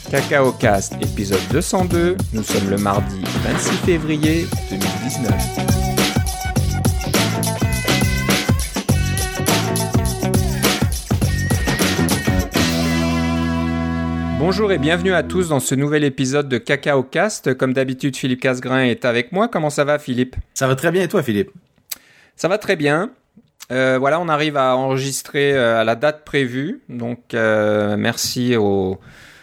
Cacao Cast, épisode 202. Nous sommes le mardi 26 février 2019. Bonjour et bienvenue à tous dans ce nouvel épisode de Cacao Cast. Comme d'habitude, Philippe Casgrain est avec moi. Comment ça va, Philippe? Ça va très bien et toi, Philippe? Ça va très bien. Voilà, on arrive à enregistrer à la date prévue. Donc, merci au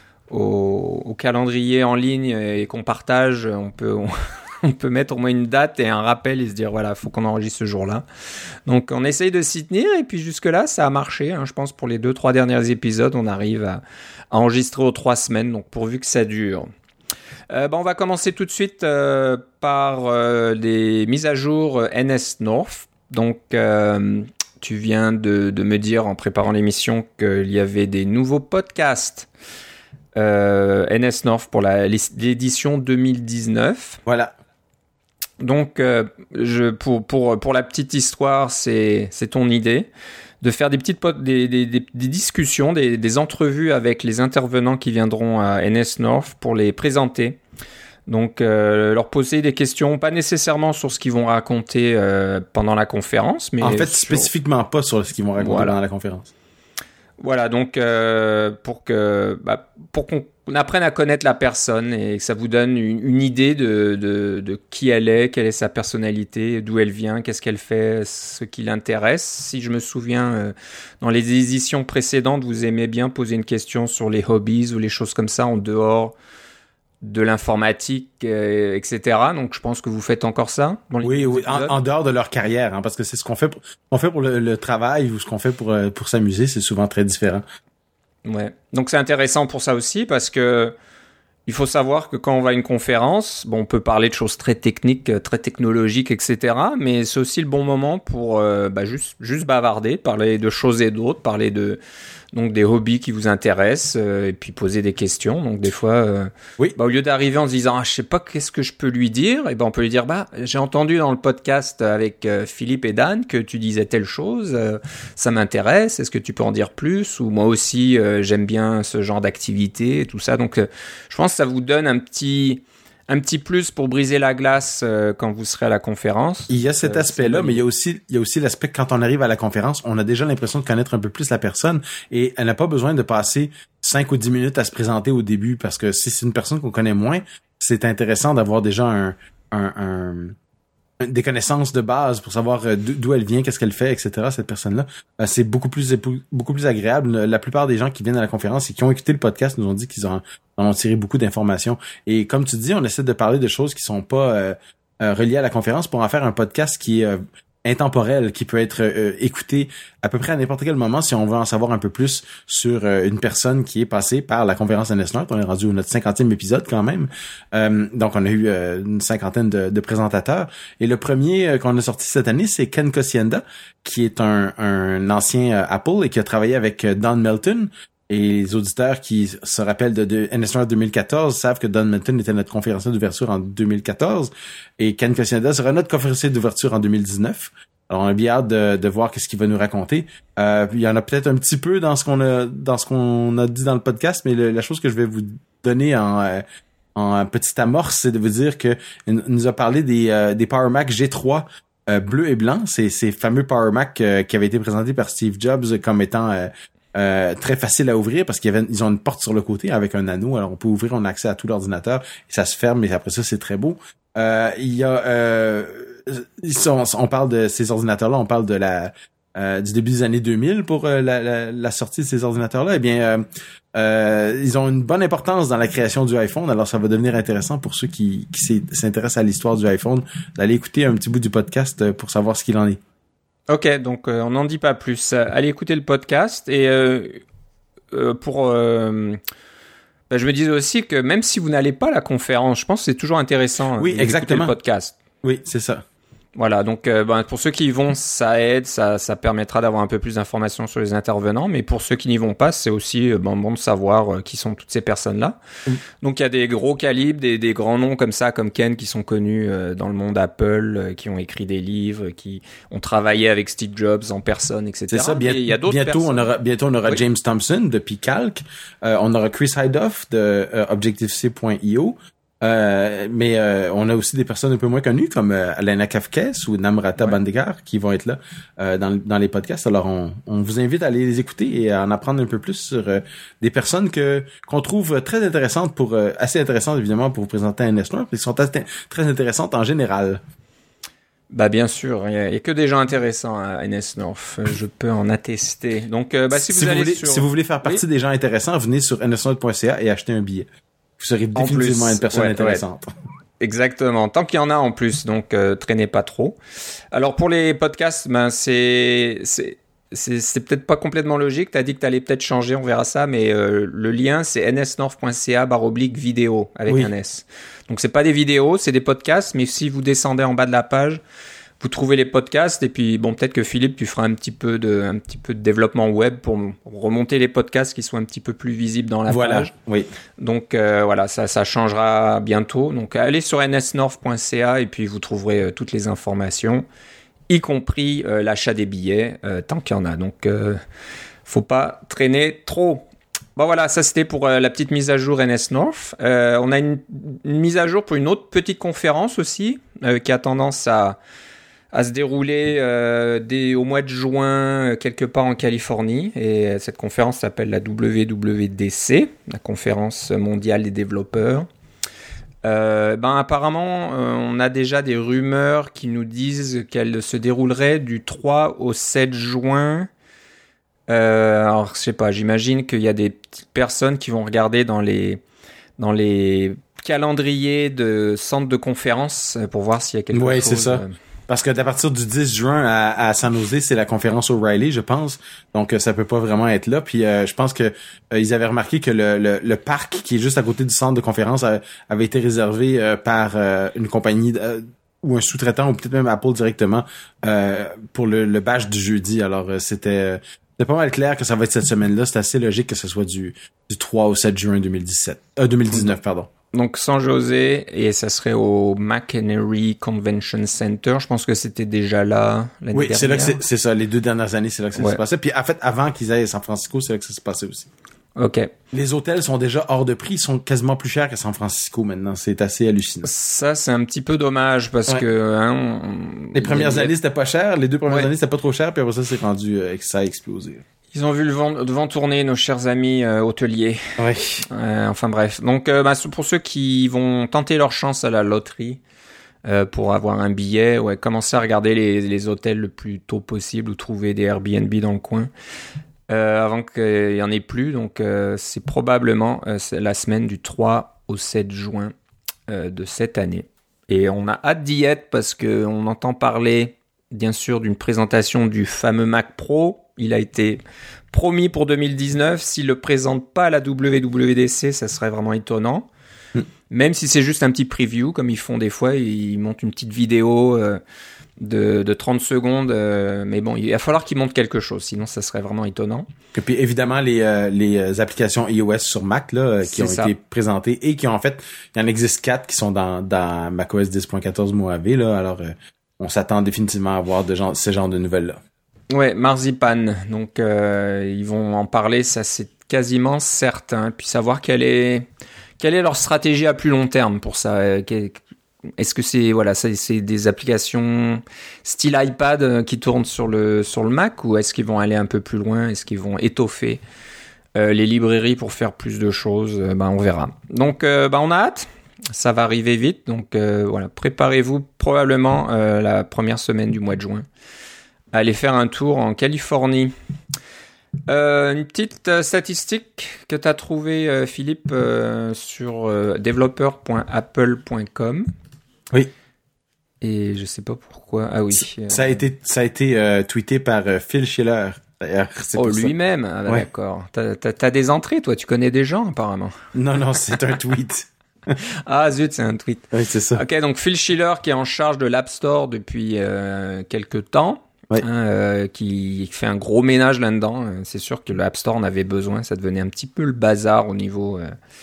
calendrier en ligne et qu'on partage. On peut mettre au moins une date et un rappel et se dire, voilà, il faut qu'on enregistre ce jour-là. Donc, on essaye de s'y tenir et puis jusque-là, ça a marché. Je pense pour les 2-3 derniers épisodes, on arrive à enregistrer aux 3 semaines. Donc, pourvu que ça dure. On va commencer tout de suite par les mises à jour NS North. Donc, tu viens de me dire en préparant l'émission qu'il y avait des nouveaux podcasts NS North pour l'édition 2019. Voilà. Donc, pour la petite histoire, c'est ton idée de faire des petites des discussions, des entrevues avec les intervenants qui viendront à NS North pour les présenter. Donc, leur poser des questions, pas nécessairement sur ce qu'ils vont raconter pendant la conférence, mais... En fait, spécifiquement pas sur ce qu'ils vont raconter pendant la conférence. Voilà, donc pour qu'on apprenne à connaître la personne et que ça vous donne une idée de qui elle est, quelle est sa personnalité, d'où elle vient, qu'est-ce qu'elle fait, ce qui l'intéresse. Si je me souviens, dans les éditions précédentes, vous aimez bien poser une question sur les hobbies ou les choses comme ça en dehors de l'informatique, etc. Donc, je pense que vous faites encore ça. Oui, en dehors de leur carrière, parce que c'est ce qu'on fait pour le travail ou ce qu'on fait pour s'amuser, c'est souvent très différent. Ouais. Donc, c'est intéressant pour ça aussi parce que il faut savoir que quand on va à une conférence, on peut parler de choses très techniques, très technologiques, etc. Mais c'est aussi le bon moment pour juste bavarder, parler de choses et d'autres, parler donc des hobbies qui vous intéressent et puis poser des questions. Donc des fois, au lieu d'arriver en se disant je sais pas qu'est-ce que je peux lui dire, et on peut lui dire j'ai entendu dans le podcast avec Philippe et Dan que tu disais telle chose, ça m'intéresse. Est-ce que tu peux en dire plus? Ou moi aussi j'aime bien ce genre d'activité et tout ça. Donc je pense que ça vous donne un petit plus pour briser la glace quand vous serez à la conférence. Il y a cet aspect-là, mais il y a aussi l'aspect que quand on arrive à la conférence, on a déjà l'impression de connaître un peu plus la personne et elle n'a pas besoin de passer 5 ou 10 minutes à se présenter au début parce que si c'est une personne qu'on connaît moins, c'est intéressant d'avoir déjà des connaissances de base pour savoir d'où elle vient, qu'est-ce qu'elle fait, etc. Cette personne-là, c'est beaucoup plus agréable. La plupart des gens qui viennent à la conférence et qui ont écouté le podcast nous ont dit qu'ils en ont tiré beaucoup d'informations. Et comme tu dis, on essaie de parler de choses qui sont pas reliées à la conférence pour en faire un podcast qui est intemporel, qui peut être écouté à peu près à n'importe quel moment si on veut en savoir un peu plus sur une personne qui est passée par la conférence NS North. On est rendu à notre 50e épisode quand même. Donc, on a eu une 50aine de présentateurs. Et le premier qu'on a sorti cette année, c'est Ken Kosienda, qui est un ancien Apple et qui a travaillé avec Don Melton. Et les auditeurs qui se rappellent de NS North 2014 savent que Don Melton était notre conférencier d'ouverture en 2014 et Ken Kosienda sera notre conférencier d'ouverture en 2019. Alors on a bien hâte de voir qu'est-ce qu'il va nous raconter. Il y en a peut-être un petit peu dans ce qu'on a dit dans le podcast, mais la chose que je vais vous donner en petite amorce, c'est de vous dire que il nous a parlé des Power Mac G3 bleu et blanc, ces fameux Power Mac qui avaient été présentés par Steve Jobs comme étant très facile à ouvrir parce ils ont une porte sur le côté avec un anneau. Alors on peut ouvrir, on a accès à tout l'ordinateur et ça se ferme et après ça c'est très beau. Il y a on parle de ces ordinateurs-là, on parle de du début des années 2000 pour la sortie de ces ordinateurs-là. Eh bien ils ont une bonne importance dans la création du iPhone. Alors ça va devenir intéressant pour ceux qui s'intéressent à l'histoire du iPhone d'aller écouter un petit bout du podcast pour savoir ce qu'il en est. Ok, donc on n'en dit pas plus. Allez écouter le podcast et je me disais aussi que même si vous n'allez pas à la conférence, je pense que c'est toujours intéressant d'écouter le podcast. Oui, c'est ça. Voilà, donc pour ceux qui y vont, ça aide, ça permettra d'avoir un peu plus d'informations sur les intervenants, mais pour ceux qui n'y vont pas, c'est aussi bon de savoir qui sont toutes ces personnes-là. Donc il y a des gros calibres, des grands noms comme ça, comme Ken, qui sont connus dans le monde Apple, qui ont écrit des livres, qui ont travaillé avec Steve Jobs en personne, etc. C'est ça, il y a d'autres personnes. Bientôt on aura James Thompson de Picalc, on aura Chris Heidoff de Objective-C.io. Mais on a aussi des personnes un peu moins connues comme Alena Kafkes ou Namrata Bandegar qui vont être là dans les podcasts. Alors on vous invite à aller les écouter et à en apprendre un peu plus sur des personnes qu'on trouve très intéressantes assez intéressantes évidemment pour vous présenter à NS North, mais qui sont très intéressantes en général. Bah bien sûr, il y a que des gens intéressants à NS North, je peux en attester. Donc si vous voulez faire partie des gens intéressants, venez sur nsnorth.ca et achetez un billet. Vous serez définitivement une personne intéressante. Ouais. Exactement. Tant qu'il y en a en plus, donc traînez pas trop. Alors pour les podcasts, c'est peut-être pas complètement logique. T'as dit que t'allais peut-être changer, on verra ça, mais le lien c'est nsnorth.ca/vidéo avec un S. Donc c'est pas des vidéos, c'est des podcasts, mais si vous descendez en bas de la page, vous trouvez les podcasts et puis peut-être que Philippe, tu feras un petit peu de développement web pour remonter les podcasts qui sont un petit peu plus visibles dans la page. Oui. Donc ça changera bientôt. Donc allez sur nsnorth.ca et puis vous trouverez toutes les informations, y compris l'achat des billets tant qu'il y en a. Donc faut pas traîner trop. Bon voilà, ça c'était pour la petite mise à jour NS North. On a une mise à jour pour une autre petite conférence aussi qui a tendance à se dérouler au mois de juin quelque part en Californie, et cette conférence s'appelle la WWDC, la conférence mondiale des développeurs. Apparemment on a déjà des rumeurs qui nous disent qu'elle se déroulerait du 3 au 7 juin. Alors je sais pas, j'imagine qu'il y a des petites personnes qui vont regarder dans les calendriers de centres de conférences pour voir s'il y a quelque chose. Oui, c'est ça. Parce que à partir du 10 juin à San Jose, c'est la conférence O'Reilly, je pense. Donc ça peut pas vraiment être là. Puis je pense que ils avaient remarqué que le parc qui est juste à côté du centre de conférence avait été réservé par une compagnie ou un sous-traitant ou peut-être même Apple directement pour le bash du jeudi. Alors c'était pas mal clair que ça va être cette semaine-là. C'est assez logique que ce soit du 3 au 7 juin 2019, pardon. Donc San José, et ça serait au McEnery Convention Center. Je pense que c'était déjà là l'année dernière. Oui, c'est là que c'est ça. Les 2 dernières années, c'est là que ça se passait. Puis en fait, avant qu'ils aillent à San Francisco, c'est là que ça se passait aussi. OK. Les hôtels sont déjà hors de prix. Ils sont quasiment plus chers qu'à San Francisco maintenant. C'est assez hallucinant. Ça, c'est un petit peu dommage parce que... les premières années, c'était pas cher. Les 2 premières années, c'était pas trop cher. Puis après ça, c'est rendu... ça a explosé. Ils ont vu le vent tourner, nos chers amis hôteliers. Oui. Enfin bref. Donc pour ceux qui vont tenter leur chance à la loterie pour avoir un billet, commencez à regarder les hôtels le plus tôt possible ou trouver des Airbnb dans le coin avant qu'il y en ait plus. Donc c'est probablement la semaine du 3 au 7 juin de cette année. Et on a hâte d'y être parce qu'on entend parler bien sûr d'une présentation du fameux Mac Pro. Il a été promis pour 2019. S'il le présente pas à la WWDC, ça serait vraiment étonnant. Même si c'est juste un petit preview, comme ils font des fois, ils montent une petite vidéo de 30 secondes. Mais bon, il va falloir qu'ils montrent quelque chose, sinon ça serait vraiment étonnant. Et puis évidemment, les applications iOS sur Mac là, qui ont été présentées et qui ont en fait, il y en existe 4 qui sont dans macOS 10.14 Mojave. Là, alors, on s'attend définitivement à voir ce genre de nouvelles-là. Ouais, Marzipan. Donc, ils vont en parler, ça c'est quasiment certain. Puis savoir quelle est leur stratégie à plus long terme pour ça. Est-ce que c'est des applications style iPad qui tournent sur le Mac, ou est-ce qu'ils vont aller un peu plus loin? Est-ce qu'ils vont étoffer les librairies pour faire plus de choses? On verra. Donc, on a hâte. Ça va arriver vite. Donc, préparez-vous probablement la première semaine du mois de juin. Aller faire un tour en Californie. Une petite statistique que tu as trouvée, Philippe, sur developer.apple.com. Oui. Et je sais pas pourquoi. Ah oui. Ça a été tweeté par Phil Schiller. D'ailleurs, lui-même. Ah, bah, d'accord. T'as des entrées, toi. Tu connais des gens, apparemment. Non, c'est un tweet. Ah zut, c'est un tweet. Oui, c'est ça. Ok, donc Phil Schiller qui est en charge de l'App Store depuis quelques temps, oui. Qui fait un gros ménage là-dedans. C'est sûr que l'App Store en avait besoin, ça devenait un petit peu le bazar au niveau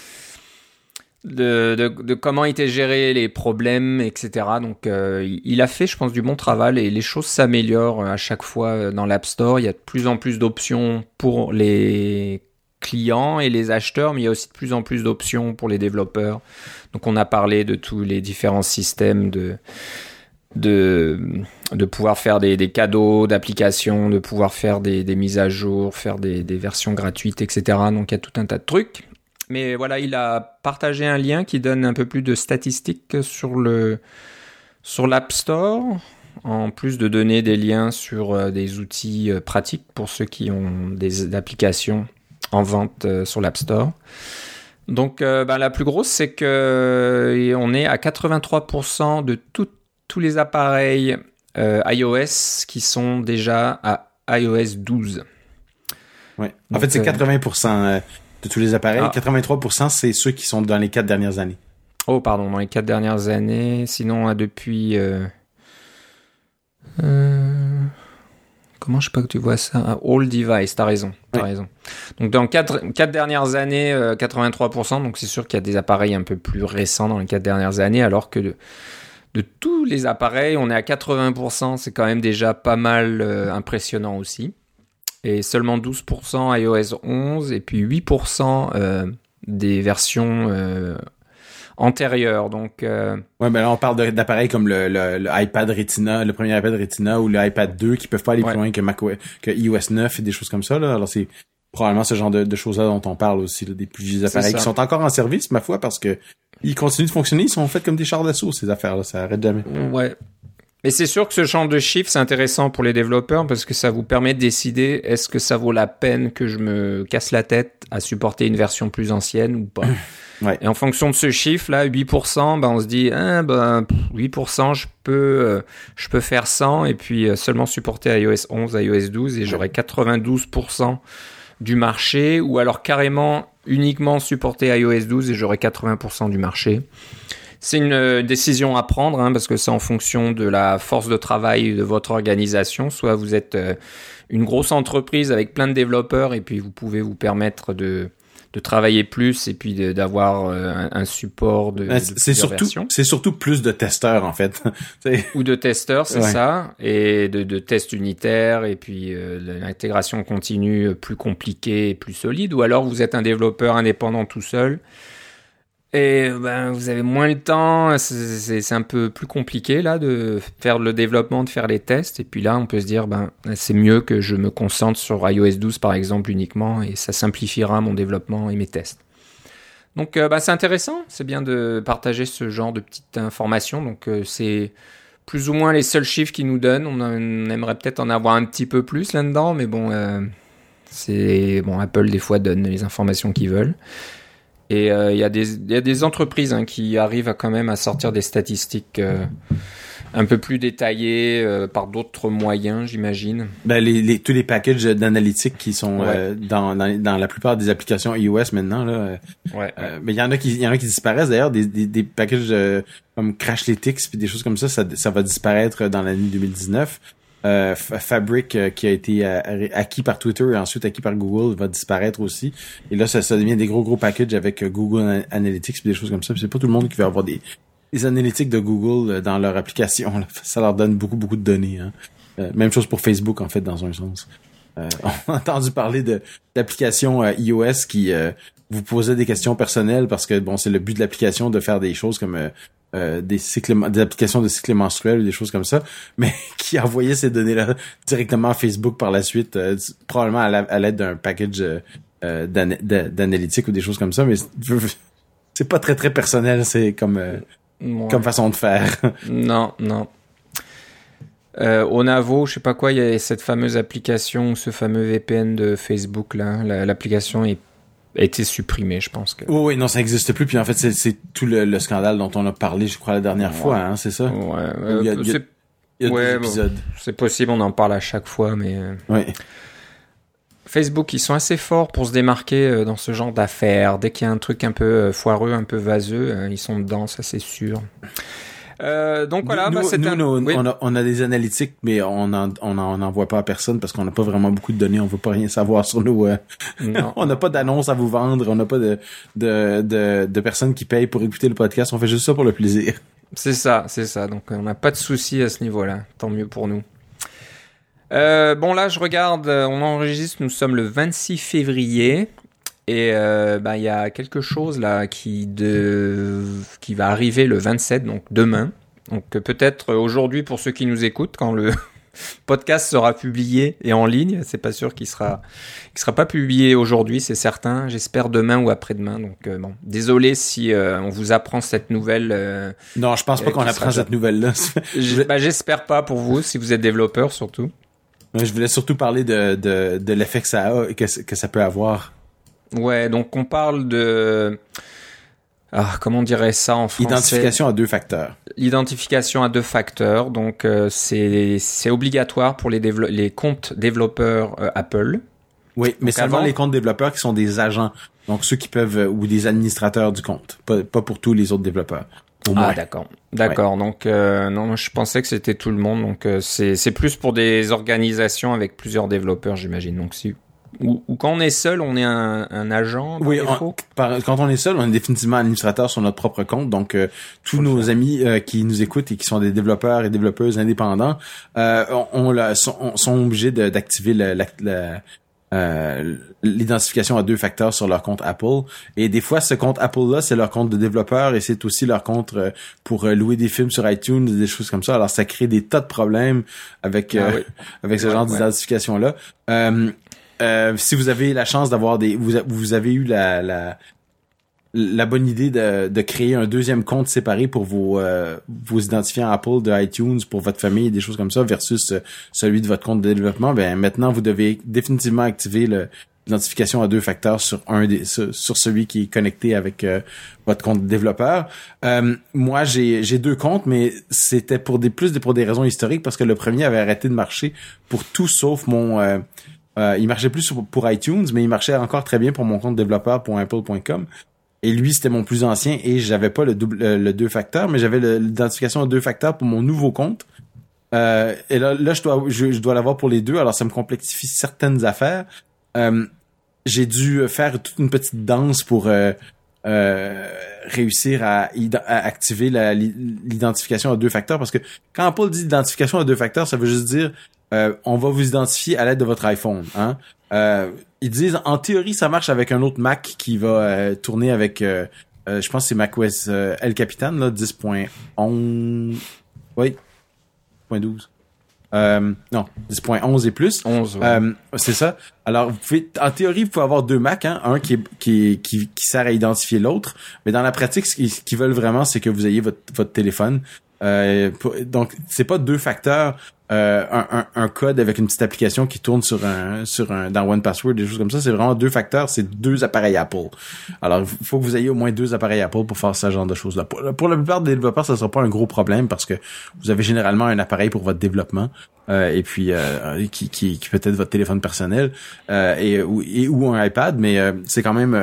de comment étaient gérés les problèmes, etc. Donc il a fait, je pense, du bon travail et les choses s'améliorent à chaque fois dans l'App Store. Il y a de plus en plus d'options pour les clients et les acheteurs, mais il y a aussi de plus en plus d'options pour les développeurs. Donc on a parlé de tous les différents systèmes de pouvoir faire des cadeaux d'applications, de pouvoir faire des mises à jour, faire des versions gratuites, etc. Donc il y a tout un tas de trucs. Mais voilà, il a partagé un lien qui donne un peu plus de statistiques sur l'App Store, en plus de donner des liens sur des outils pratiques pour ceux qui ont des applications en vente sur l'App Store. Donc la plus grosse, c'est que on est à 83% de tous les appareils iOS qui sont déjà à iOS 12. Ouais. En fait, c'est 80% de tous les appareils. 83%, c'est ceux qui sont dans les 4 dernières années. Oh, pardon, dans les 4 dernières années. Sinon, depuis... Comment je sais pas que tu vois ça? All device, t'as raison. Donc dans 4 dernières années, 83%, donc c'est sûr qu'il y a des appareils un peu plus récents dans les 4 dernières années, alors que de tous les appareils, on est à 80%, c'est quand même déjà pas mal impressionnant aussi. Et seulement 12% iOS 11, et puis 8% des versions antérieures. Donc, ouais, mais là, on parle d'appareils comme le iPad Retina, le premier iPad Retina ou le iPad 2 qui peuvent pas aller plus loin que iOS 9 et des choses comme ça, là. Alors, c'est probablement ce genre de choses-là dont on parle aussi, là, des plus vieux appareils qui sont encore en service, ma foi, parce que ils continuent de fonctionner, ils sont faits comme des chars d'assaut, ces affaires-là, ça arrête jamais. Ouais. Mais c'est sûr que ce genre de chiffres, c'est intéressant pour les développeurs parce que ça vous permet de décider est-ce que ça vaut la peine que je me casse la tête à supporter une version plus ancienne ou pas. Ouais. Et en fonction de ce chiffre-là, 8%, on se dit 8%, je peux faire 100 et puis seulement supporter iOS 11, iOS 12 et j'aurai 92% du marché, ou alors carrément uniquement supporter iOS 12 et j'aurai 80% du marché. C'est une décision à prendre, parce que c'est en fonction de la force de travail de votre organisation. Soit vous êtes une grosse entreprise avec plein de développeurs et puis vous pouvez vous permettre de travailler plus et puis d'avoir un support de plusieurs versions. C'est surtout plus de testeurs, en fait. Ou de testeurs, c'est ça. Et de tests unitaires et puis l'intégration continue plus compliquée et plus solide. Ou alors vous êtes un développeur indépendant tout seul. Et vous avez moins le temps, c'est un peu plus compliqué là de faire le développement, de faire les tests. Et puis là, on peut se dire, c'est mieux que je me concentre sur iOS 12 par exemple uniquement, et ça simplifiera mon développement et mes tests. Donc c'est intéressant, c'est bien de partager ce genre de petites informations. Donc c'est plus ou moins les seuls chiffres qu'ils nous donnent. On aimerait peut-être en avoir un petit peu plus là-dedans, mais Apple des fois donne les informations qu'ils veulent. Et il y a des entreprises qui arrivent quand même à sortir des statistiques un peu plus détaillées par d'autres moyens, j'imagine. Tous les packages d'analytiques qui sont dans la plupart des applications iOS maintenant là. Mais il y en a qui disparaissent d'ailleurs, des packages comme Crashlytics puis des choses comme ça va disparaître dans l'année 2019. Fabric qui a été acquis par Twitter et ensuite acquis par Google va disparaître aussi. Et là, ça devient des gros packages avec Google Analytics et des choses comme ça. Puis c'est pas tout le monde qui veut avoir des analytics de Google dans leur application. Là. Ça leur donne beaucoup de données. Même chose pour Facebook, en fait, dans un sens. On a entendu parler d'applications iOS qui vous posaient des questions personnelles parce que c'est le but de l'application de faire des choses comme des applications de cycle menstruel ou des choses comme ça, mais qui envoyaient ces données-là directement à Facebook par la suite, probablement à l'aide d'un package d'analytique ou des choses comme ça, mais c'est pas très personnel, c'est comme façon de faire. Non. Onavo, je sais pas quoi, il y a cette fameuse application, ce fameux VPN de Facebook là, l'application a été supprimé, je pense que. Oui, non, ça n'existe plus. Puis en fait, c'est tout le scandale dont on a parlé, je crois, la dernière fois, c'est ça? Ouais. Il y a deux épisodes. C'est possible, on en parle à chaque fois, mais. Ouais. Facebook, ils sont assez forts pour se démarquer dans ce genre d'affaires. Dès qu'il y a un truc un peu foireux, un peu vaseux, ils sont dedans, ça c'est sûr. Donc voilà, on a des analytiques, mais on en voit pas à personne parce qu'on n'a pas vraiment beaucoup de données. On veut pas rien savoir sur nous. On n'a pas d'annonce à vous vendre. On n'a pas de personnes qui payent pour écouter le podcast. On fait juste ça pour le plaisir. C'est ça. Donc on n'a pas de soucis à ce niveau-là. Tant mieux pour nous. Bon là, je regarde. On enregistre. Nous sommes le 26 février. Et il y a quelque chose là qui va arriver le 27, donc demain. Donc peut-être aujourd'hui pour ceux qui nous écoutent, quand le podcast sera publié et en ligne, c'est pas sûr qu'il sera pas publié aujourd'hui, c'est certain. J'espère demain ou après-demain. Donc désolé si on vous apprend cette nouvelle. Non, je pense pas qu'on apprend cette nouvelle-là. J'espère pas pour vous si vous êtes développeur surtout. Je voulais surtout parler de l'effet que ça a et que ça peut avoir. Ouais, donc on parle de... comment on dirait ça en français? Identification à deux facteurs. L'identification à deux facteurs, donc c'est obligatoire pour les comptes développeurs Apple. Oui, mais seulement les comptes développeurs qui sont des agents, donc ceux qui peuvent, ou des administrateurs du compte, pas pour tous les autres développeurs. D'accord. Ouais. Donc non, je pensais que c'était tout le monde, donc c'est plus pour des organisations avec plusieurs développeurs, j'imagine. Donc si... Ou quand on est seul, on est un agent. Oui, quand on est seul, on est définitivement administrateur sur notre propre compte. Donc, tous nos amis qui nous écoutent et qui sont des développeurs et développeuses indépendants sont obligés d'activer l'identification à deux facteurs sur leur compte Apple. Et des fois, ce compte Apple-là, c'est leur compte de développeur et c'est aussi leur compte pour louer des films sur iTunes, des choses comme ça. Alors, ça crée des tas de problèmes avec ce genre d'identification-là. Si vous avez la chance d'avoir vous avez eu la bonne idée de créer un deuxième compte séparé pour vos identifiants Apple de iTunes pour votre famille et des choses comme ça versus celui de votre compte de développement, maintenant vous devez définitivement activer l'identification à deux facteurs sur sur celui qui est connecté avec votre compte de développeur. Moi j'ai deux comptes, mais c'était pour des raisons historiques parce que le premier avait arrêté de marcher pour tout sauf mon il marchait plus pour iTunes, mais il marchait encore très bien pour mon compte développeur.apple.com. Et lui, c'était mon plus ancien et j'avais pas le deux facteurs, mais j'avais l'identification à deux facteurs pour mon nouveau compte. Et là, je dois l'avoir pour les deux, alors ça me complexifie certaines affaires. J'ai dû faire toute une petite danse pour réussir à activer l'identification à deux facteurs, parce que quand Apple dit identification à deux facteurs, ça veut juste dire on va vous identifier à l'aide de votre iPhone. Ils disent, en théorie, ça marche avec un autre Mac qui va tourner avec, je pense que c'est macOS El Capitan, là, 10.11... Oui, 10.12. Non, 10.11 et plus. 11, ouais. C'est ça. Alors, en théorie, vous pouvez avoir deux Macs, un qui sert à identifier l'autre, mais dans la pratique, ce qu'ils veulent vraiment, c'est que vous ayez votre téléphone. Donc, c'est pas deux facteurs, un code avec une petite application qui tourne dans OnePassword, des choses comme ça. C'est vraiment deux facteurs, c'est deux appareils Apple. Alors, il faut que vous ayez au moins deux appareils Apple pour faire ce genre de choses-là. Pour la plupart des développeurs, ça sera pas un gros problème parce que vous avez généralement un appareil pour votre développement, et puis qui peut être votre téléphone personnel, ou un iPad, mais c'est quand même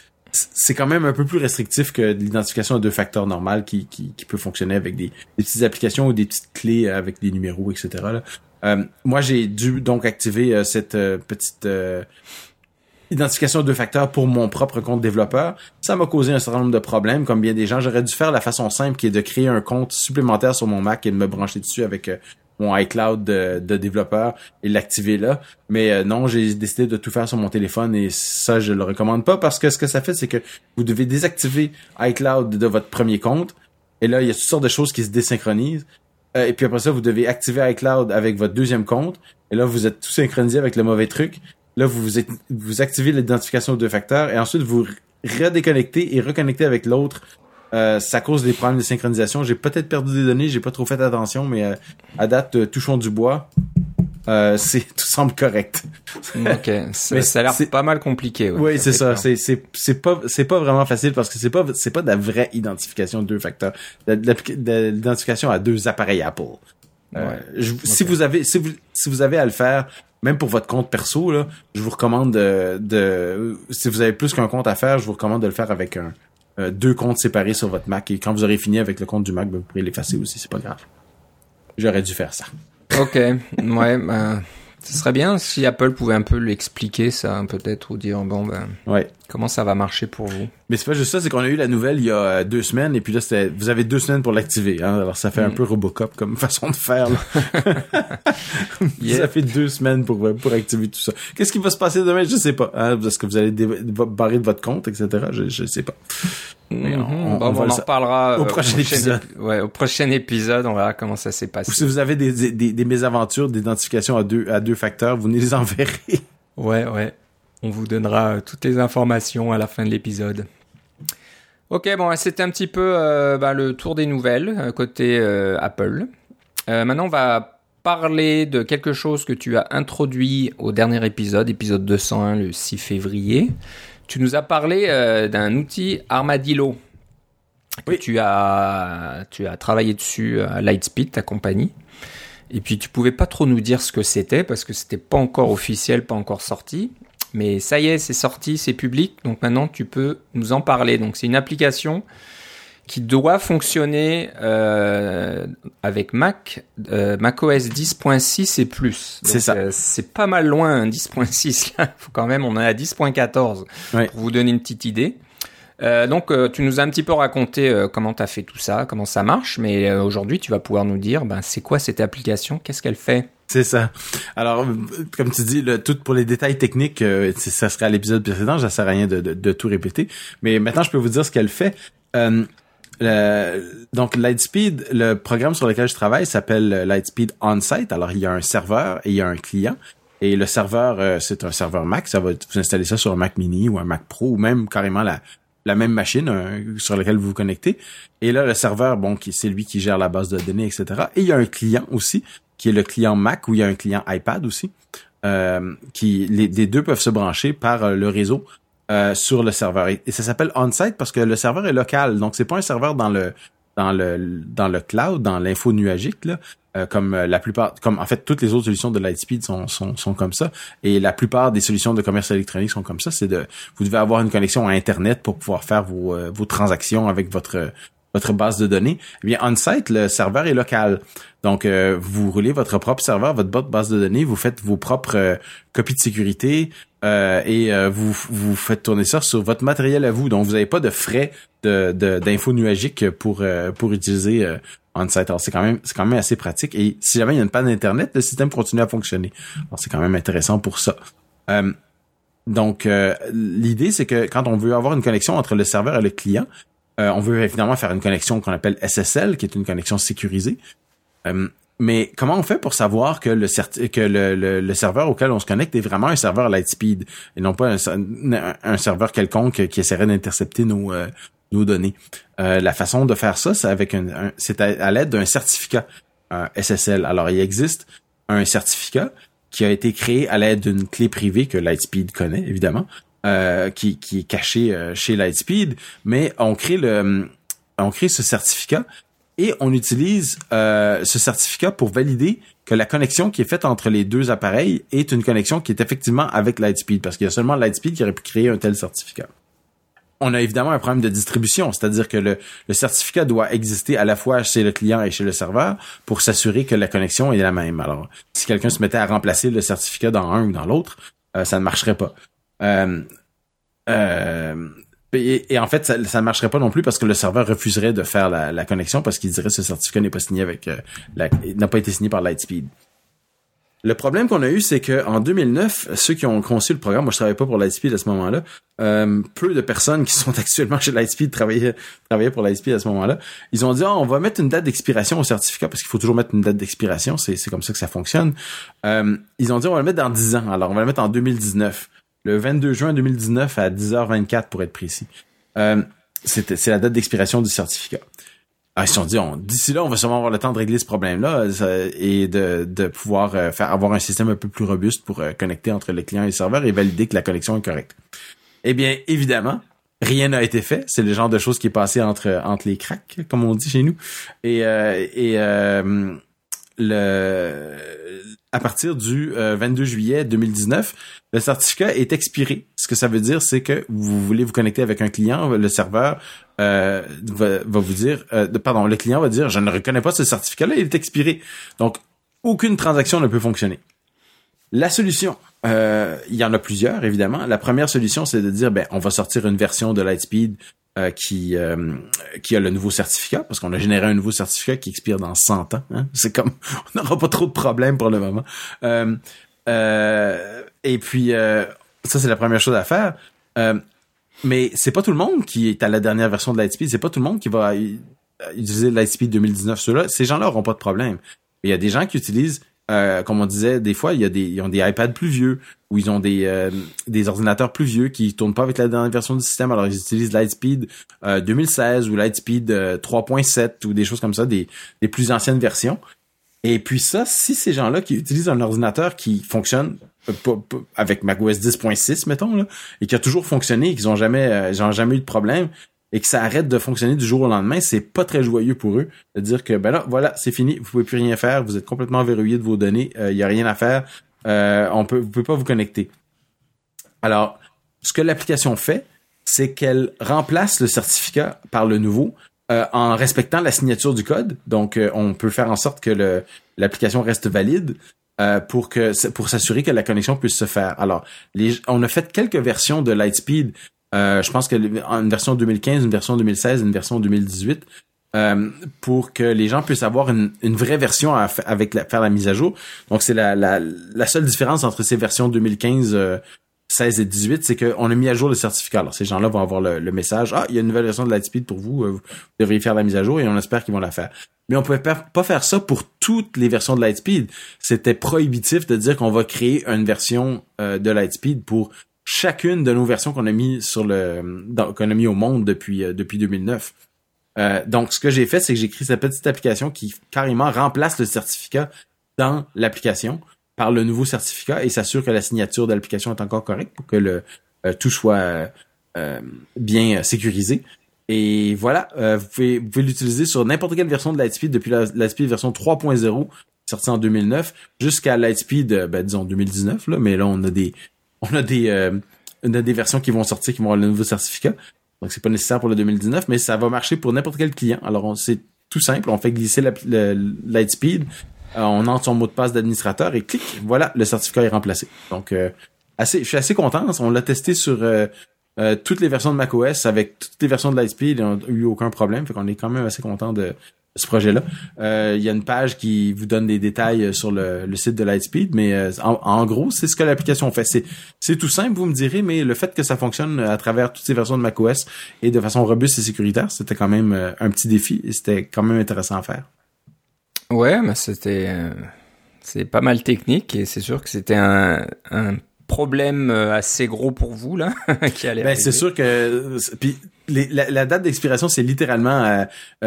un peu plus restrictif que l'identification à deux facteurs normale qui peut fonctionner avec des petites applications ou des petites clés avec des numéros, etc. là. Moi, j'ai dû donc activer cette petite identification à deux facteurs pour mon propre compte développeur. Ça m'a causé un certain nombre de problèmes, comme bien des gens. J'aurais dû faire la façon simple qui est de créer un compte supplémentaire sur mon Mac et de me brancher dessus avec mon iCloud de développeur et l'activer là. Mais non, j'ai décidé de tout faire sur mon téléphone et ça, je le recommande pas parce que ce que ça fait, c'est que vous devez désactiver iCloud de votre premier compte et là, il y a toutes sortes de choses qui se désynchronisent. Et puis après ça, vous devez activer iCloud avec votre deuxième compte et là, vous êtes tout synchronisé avec le mauvais truc. Là, vous activez l'identification de deux facteurs et ensuite, vous redéconnectez et reconnectez avec l'autre. Ça cause des problèmes de synchronisation. J'ai peut-être perdu des données, j'ai pas trop fait attention, mais à date, touchons du bois. Tout semble correct. Ok, mais ça a l'air pas mal compliqué. Ouais, oui, c'est ça. C'est pas vraiment facile parce que c'est pas de la vraie identification de deux facteurs, de l'identification à deux appareils Apple. Si vous avez à le faire, même pour votre compte perso, là, je vous recommande si vous avez plus qu'un compte à faire, je vous recommande de le faire avec deux comptes séparés sur votre Mac. Et quand vous aurez fini avec le compte du Mac, ben, vous pourrez l'effacer aussi, c'est pas grave. J'aurais dû faire ça. Ok, ouais, ce serait bien si Apple pouvait un peu l'expliquer ça, peut-être, ou dire, ouais. Comment ça va marcher pour vous. Mais c'est pas juste ça, c'est qu'on a eu la nouvelle il y a 2 semaines, et puis là, vous avez 2 semaines pour l'activer, hein, alors ça fait un peu Robocop comme façon de faire, là. Ça fait 2 semaines pour activer tout ça. Qu'est-ce qui va se passer demain? Je sais pas, hein, est-ce que vous allez barrer de votre compte, etc.? Je sais pas. On en reparlera au prochain épisode. Au prochain épisode, on verra comment ça s'est passé. Ou si vous avez des mésaventures d'identification à deux facteurs, vous nous les enverrez. Ouais. On vous donnera toutes les informations à la fin de l'épisode. Ok, c'était un petit peu le tour des nouvelles côté Apple. Maintenant, on va parler de quelque chose que tu as introduit au dernier épisode 201, le 6 février. Tu nous as parlé d'un outil Armadillo. Oui. Tu as travaillé dessus à Lightspeed, ta compagnie. Et puis, tu pouvais pas trop nous dire ce que c'était parce que c'était pas encore officiel, pas encore sorti. Mais ça y est, c'est sorti, c'est public. Donc maintenant, tu peux nous en parler. Donc c'est une application qui doit fonctionner avec macOS 10.6 et plus. Donc, c'est ça. C'est pas mal loin, 10.6 là. Faut quand même, on est à 10.14 pour vous donner une petite idée. Donc tu nous as un petit peu raconté comment tu as fait tout ça, comment ça marche. Mais aujourd'hui, tu vas pouvoir nous dire, c'est quoi cette application, qu'est-ce qu'elle fait? C'est ça. Alors, comme tu dis, tout pour les détails techniques, ça serait à l'épisode précédent, ça sert à rien de tout répéter. Mais maintenant, je peux vous dire ce qu'elle fait. Donc, Lightspeed, le programme sur lequel je travaille s'appelle Lightspeed On-Site. Alors, il y a un serveur et il y a un client. Et le serveur, c'est un serveur Mac. Ça va vous installer ça sur un Mac Mini ou un Mac Pro ou même carrément la même machine sur laquelle vous vous connectez. Et là, le serveur, c'est lui qui gère la base de données, etc. Et il y a un client aussi, qui est le client Mac, ou il y a un client iPad aussi, les deux peuvent se brancher par le réseau sur le serveur. Et ça s'appelle on-site parce que le serveur est local, donc c'est pas un serveur dans le cloud, dans l'info nuagique là, comme en fait toutes les autres solutions de Lightspeed sont comme ça, et la plupart des solutions de commerce électronique sont comme ça. Vous devez avoir une connexion à Internet pour pouvoir faire vos transactions avec votre base de données. Eh bien, on-site, le serveur est local. Donc, vous roulez votre propre serveur, votre base de données, vous faites vos propres copies de sécurité et vous faites tourner ça sur votre matériel à vous. Donc, vous n'avez pas de frais d'info nuagique pour utiliser on-site. Alors, c'est quand même assez pratique. Et si jamais il y a une panne d'Internet, le système continue à fonctionner. Alors, c'est quand même intéressant pour ça. Donc, l'idée, c'est que quand on veut avoir une connexion entre le serveur et le client, on veut évidemment faire une connexion qu'on appelle SSL, qui est une connexion sécurisée. Mais comment on fait pour savoir que le serveur auquel on se connecte est vraiment un serveur Lightspeed et non pas un serveur quelconque qui essaierait d'intercepter nos données? La façon de faire ça, c'est à l'aide d'un certificat SSL. Alors, il existe un certificat qui a été créé à l'aide d'une clé privée que Lightspeed connaît, évidemment, qui est caché chez Lightspeed, mais on crée ce certificat et on utilise ce certificat pour valider que la connexion qui est faite entre les deux appareils est une connexion qui est effectivement avec Lightspeed, parce qu'il y a seulement Lightspeed qui aurait pu créer un tel certificat. On a évidemment un problème de distribution, c'est-à-dire que le certificat doit exister à la fois chez le client et chez le serveur pour s'assurer que la connexion est la même. Alors, si quelqu'un se mettait à remplacer le certificat dans un ou dans l'autre, ça ne marcherait pas. Et en fait, ça ne marcherait pas non plus parce que le serveur refuserait de faire la connexion parce qu'il dirait que ce certificat n'est pas signé n'a pas été signé par Lightspeed. Le problème qu'on a eu, c'est que en 2009, ceux qui ont conçu le programme, moi je travaillais pas pour Lightspeed à ce moment-là, peu de personnes qui sont actuellement chez Lightspeed travaillaient pour Lightspeed à ce moment-là. Ils ont dit on va mettre une date d'expiration au certificat parce qu'il faut toujours mettre une date d'expiration, c'est comme ça que ça fonctionne. Ils ont dit on va le mettre dans 10 ans. Alors on va le mettre en 2019. Le 22 juin 2019 à 10h24 pour être précis. C'est la date d'expiration du certificat. Alors, ils se sont dit, d'ici là, on va sûrement avoir le temps de régler ce problème-là et de pouvoir avoir un système un peu plus robuste pour connecter entre le client et le serveur et valider que la connexion est correcte. Eh bien, évidemment, rien n'a été fait. C'est le genre de chose qui est passé entre les cracks, comme on dit chez nous. Et à partir du 22 juillet 2019, le certificat est expiré. Ce que ça veut dire, c'est que vous voulez vous connecter avec un client, le serveur va vous dire, le client va dire, je ne reconnais pas ce certificat-là, il est expiré. Donc, aucune transaction ne peut fonctionner. La solution, il y en a plusieurs, évidemment. La première solution, c'est de dire, on va sortir une version de Lightspeed qui a le nouveau certificat, parce qu'on a généré un nouveau certificat qui expire dans 100 ans. Hein? C'est comme, on n'aura pas trop de problèmes pour le moment. Et puis, ça, c'est la première chose à faire. Mais c'est pas tout le monde qui est à la dernière version de Lightspeed. C'est pas tout le monde qui va utiliser Lightspeed 2019. Ceux-là, ces gens-là auront pas de problème. Mais il y a des gens qui utilisent, comme on disait, des fois, ils ont des iPads plus vieux, ou ils ont des ordinateurs plus vieux qui tournent pas avec la dernière version du système. Alors, ils utilisent Lightspeed 2016 ou Lightspeed 3.7 ou des choses comme ça, des plus anciennes versions. Et puis ça, si ces gens-là qui utilisent un ordinateur qui fonctionne avec macOS 10.6, mettons, là, et qui a toujours fonctionné et qu'ils ont jamais eu de problème, et que ça arrête de fonctionner du jour au lendemain, c'est pas très joyeux pour eux de dire que là, voilà, c'est fini, vous pouvez plus rien faire, vous êtes complètement verrouillé de vos données, il y a rien à faire, vous pouvez pas vous connecter. Alors, ce que l'application fait, c'est qu'elle remplace le certificat par le nouveau en respectant la signature du code. Donc, on peut faire en sorte que l'application reste valide pour s'assurer que la connexion puisse se faire. Alors, on a fait quelques versions de Lightspeed. Je pense que une version 2015, une version 2016, une version 2018, pour que les gens puissent avoir une vraie version faire la mise à jour. Donc, c'est la seule différence entre ces versions 2015, 16 et 18, c'est qu'on a mis à jour le certificat. Alors, ces gens-là vont avoir le message, il y a une nouvelle version de Lightspeed pour vous, vous devriez faire la mise à jour, et on espère qu'ils vont la faire. Mais on pouvait pas faire ça pour toutes les versions de Lightspeed. C'était prohibitif de dire qu'on va créer une version de Lightspeed pour chacune de nos versions qu'on a mis qu'on a mis au monde depuis 2009. Donc, ce que j'ai fait, c'est que j'ai créé cette petite application qui carrément remplace le certificat dans l'application par le nouveau certificat et s'assure que la signature de l'application est encore correcte pour que tout soit bien sécurisé. Et voilà, vous pouvez l'utiliser sur n'importe quelle version de Lightspeed depuis la Lightspeed version 3.0 sortie en 2009 jusqu'à Lightspeed, disons 2019 là, mais là on a des versions qui vont sortir qui vont avoir le nouveau certificat. Donc c'est pas nécessaire pour le 2019, mais ça va marcher pour n'importe quel client. Alors c'est tout simple, on fait glisser le Lightspeed, on entre son mot de passe d'administrateur et clic, voilà, le certificat est remplacé. Donc je suis assez content, on l'a testé sur toutes les versions de macOS avec toutes les versions de Lightspeed, on n'a eu aucun problème, fait qu'on est quand même assez content de ce projet-là. Il y a une page qui vous donne des détails sur le site de Lightspeed, mais en gros, c'est ce que l'application fait. C'est tout simple, vous me direz, mais le fait que ça fonctionne à travers toutes ces versions de macOS et de façon robuste et sécuritaire, c'était quand même un petit défi et c'était quand même intéressant à faire. Ouais, mais c'est pas mal technique et c'est sûr que c'était un problème assez gros pour vous là qui allait arriver. C'est sûr que puis la date d'expiration, c'est littéralement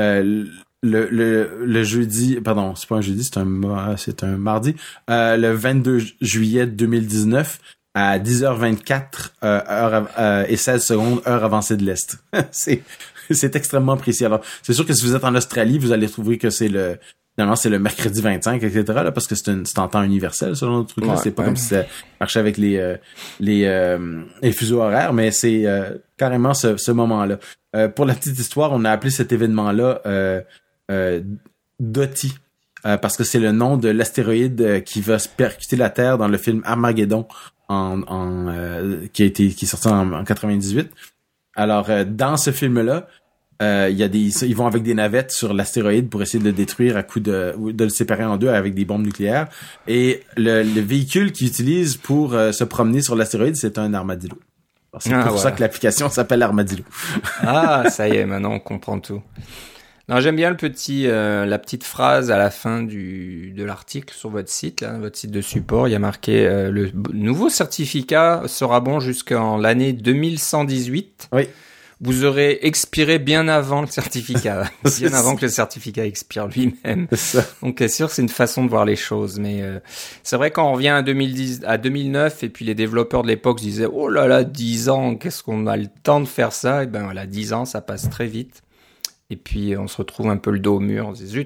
le jeudi, pardon, c'est pas un jeudi, c'est un mardi, le 22 juillet 2019 à 10h24 heure et 16 secondes heure avancée de l'Est. c'est extrêmement précis. Alors, c'est sûr que si vous êtes en Australie, vous allez trouver que finalement, c'est le mercredi 25, etc., là, parce que c'est en temps universel, selon notre truc, là. C'est pas comme si ça marchait avec les fuseaux horaires, mais c'est carrément ce moment-là. Pour la petite histoire, on a appelé cet événement-là Dottie, parce que c'est le nom de l'astéroïde qui va se percuter la Terre dans le film Armageddon qui est sorti en 98. Alors, dans ce film-là, ils vont avec des navettes sur l'astéroïde pour essayer de le détruire à coup de le séparer en deux avec des bombes nucléaires. Et le véhicule qu'ils utilisent pour se promener sur l'astéroïde, c'est un armadillo. Alors, c'est pour ça que l'application s'appelle Armadillo. Ah, ça y est, maintenant on comprend tout. Non, j'aime bien la petite phrase à la fin de l'article sur votre site, là, votre site de support. Il y a marqué le nouveau certificat sera bon jusqu'en l'année 2118. Oui. Vous aurez expiré bien avant le certificat, bien avant que le certificat expire lui-même. C'est ça. Donc, c'est sûr, c'est une façon de voir les choses. Mais c'est vrai, quand on revient à 2009, et puis les développeurs de l'époque se disaient « Oh là là, 10 ans, qu'est-ce qu'on a le temps de faire ça ?» Et ben voilà, 10 ans, ça passe très vite. Et puis, on se retrouve un peu le dos au mur, on se dit « Zut !»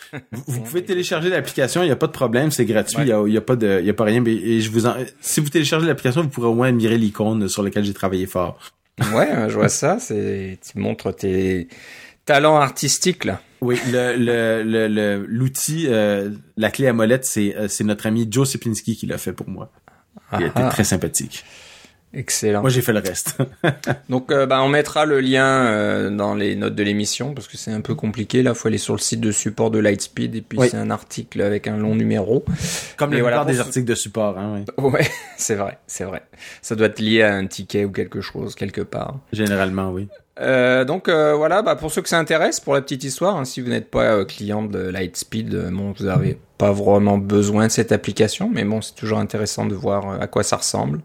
Vous pouvez télécharger l'application, il y a pas de problème, c'est gratuit, il Ouais. y a pas rien, et si vous téléchargez l'application, vous pourrez au moins admirer l'icône sur laquelle j'ai travaillé fort. Ouais, je vois ça. Tu montres tes talents artistiques, là. Oui, l'outil, la clé à molette, c'est notre ami Joe Sipinski qui l'a fait pour moi. Il a été très sympathique. Excellent. Moi, j'ai fait le reste. Donc, on mettra le lien dans les notes de l'émission parce que c'est un peu compliqué. Là, faut aller sur le site de support de Lightspeed et puis c'est un article avec un long numéro. Comme la plupart des articles de support, hein, oui. Ouais, c'est vrai. Ça doit être lié à un ticket ou quelque chose quelque part. Généralement, oui. Donc voilà, pour ceux que ça intéresse, pour la petite histoire, hein, si vous n'êtes pas client de Lightspeed, vous n'avez pas vraiment besoin de cette application, mais bon, c'est toujours intéressant de voir à quoi ça ressemble.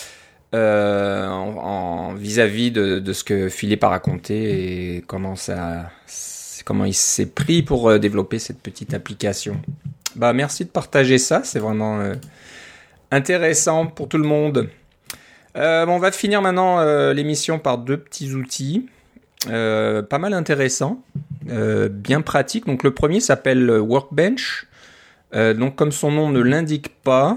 Vis-à-vis de ce que Philippe a raconté et comment il s'est pris pour développer cette petite application. Merci de partager ça, c'est vraiment intéressant pour tout le monde. On va finir maintenant l'émission par 2 petits outils pas mal intéressants, bien pratiques. Donc le premier s'appelle Workbench. Donc comme son nom ne l'indique pas,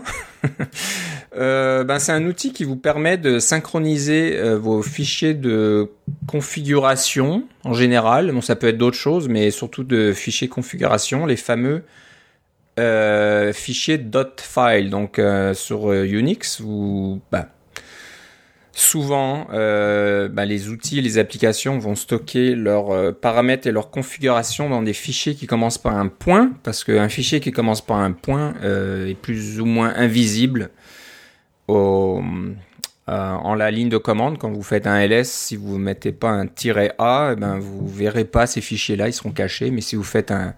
c'est un outil qui vous permet de synchroniser vos fichiers de configuration en général. Bon, ça peut être d'autres choses, mais surtout de fichiers configuration, les fameux fichiers .file. Donc sur Unix, souvent, les outils, les applications vont stocker leurs paramètres et leurs configurations dans des fichiers qui commencent par un point, parce qu'un fichier qui commence par un point est plus ou moins invisible en la ligne de commande. Quand vous faites un ls, si vous ne mettez pas un "-a, vous verrez pas ces fichiers-là, ils seront cachés. Mais si vous faites un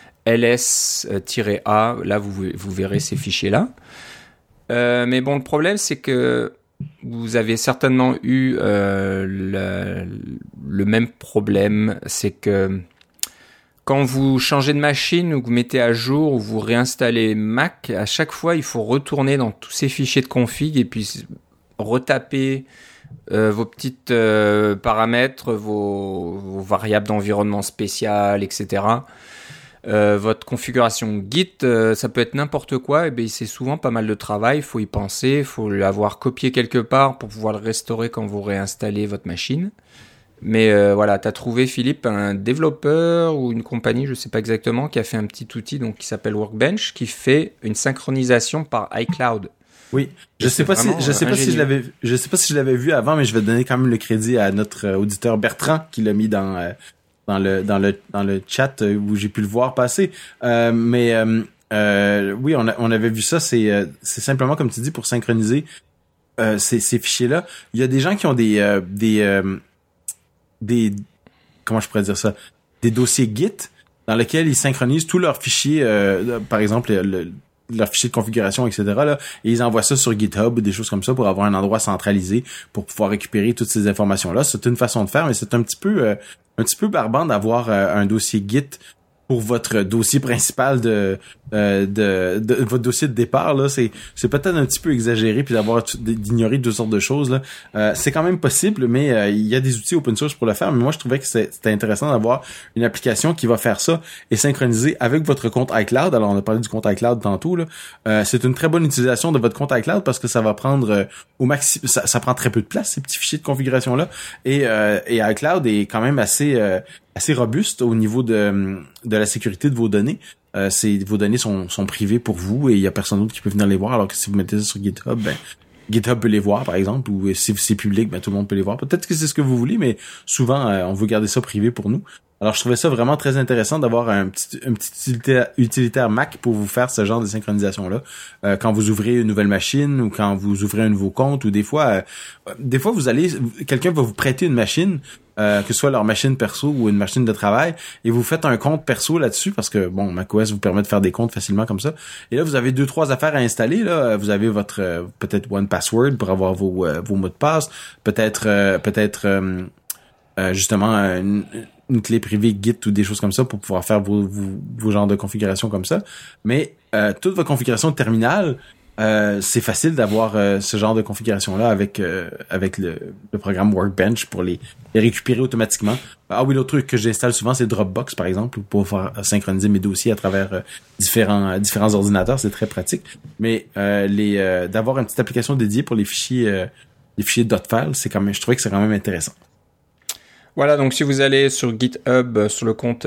ls-a, là, vous verrez ces fichiers-là. Mais bon, le problème, c'est que vous avez certainement eu le même problème, c'est que quand vous changez de machine ou que vous mettez à jour ou vous réinstallez Mac, à chaque fois il faut retourner dans tous ces fichiers de config et puis retaper vos petites paramètres, vos variables d'environnement spécial, etc. Votre configuration Git, ça peut être n'importe quoi, et c'est souvent pas mal de travail, il faut y penser, il faut l'avoir copié quelque part pour pouvoir le restaurer quand vous réinstallez votre machine. Mais voilà, t'as trouvé, Philippe, un développeur ou une compagnie, je sais pas exactement, qui a fait un petit outil donc qui s'appelle Workbench, qui fait une synchronisation par iCloud. Oui, je sais pas si je l'avais vu avant, mais je vais donner quand même le crédit à notre auditeur Bertrand qui l'a mis dans le chat où j'ai pu le voir passer. Oui, on avait vu ça. C'est simplement, comme tu dis, pour synchroniser ces fichiers-là. Il y a des gens qui ont des comment je pourrais dire ça, des dossiers Git dans lesquels ils synchronisent tous leurs fichiers, par exemple leurs fichiers de configuration, etc. là, et ils envoient ça sur GitHub ou des choses comme ça pour avoir un endroit centralisé pour pouvoir récupérer toutes ces informations-là. C'est une façon de faire, mais c'est un petit peu barbant d'avoir un dossier Git pour votre dossier principal de votre dossier de départ là. C'est peut-être un petit peu exagéré puis d'ignorer 2 sortes de choses là. C'est quand même possible, mais il y a des outils open source pour le faire. Mais moi je trouvais que c'était intéressant d'avoir une application qui va faire ça et synchroniser avec votre compte iCloud. Alors on a parlé du compte iCloud tantôt là. C'est une très bonne utilisation de votre compte iCloud parce que ça va prendre au maximum, ça prend très peu de place ces petits fichiers de configuration là, et iCloud est quand même assez robuste au niveau de la sécurité de vos données. Vos données sont privées pour vous et il y a personne d'autre qui peut venir les voir, alors que si vous mettez ça sur GitHub, GitHub peut les voir par exemple, ou si c'est public, tout le monde peut les voir. Peut-être que c'est ce que vous voulez, mais souvent on veut garder ça privé pour nous. Alors je trouvais ça vraiment très intéressant d'avoir un petit utilitaire Mac pour vous faire ce genre de synchronisation là. Quand vous ouvrez une nouvelle machine ou quand vous ouvrez un nouveau compte, ou des fois quelqu'un va vous prêter une machine, que ce soit leur machine perso ou une machine de travail, et vous faites un compte perso là-dessus parce que macOS vous permet de faire des comptes facilement comme ça. Et là vous avez 2-3 affaires à installer là. Vous avez votre peut-être OnePassword pour avoir vos mots de passe, peut-être justement une clé privée Git ou des choses comme ça pour pouvoir faire vos genres de configuration comme ça. Mais toute votre configuration de terminal, c'est facile d'avoir ce genre de configuration là avec le programme Workbench pour les récupérer automatiquement. Ah oui, l'autre truc que j'installe souvent, c'est Dropbox, par exemple, pour faire synchroniser mes dossiers à travers différents ordinateurs. C'est très pratique. Mais d'avoir une petite application dédiée pour les fichiers .file, c'est quand même, je trouvais que c'est quand même intéressant. Voilà, donc si vous allez sur GitHub sur le compte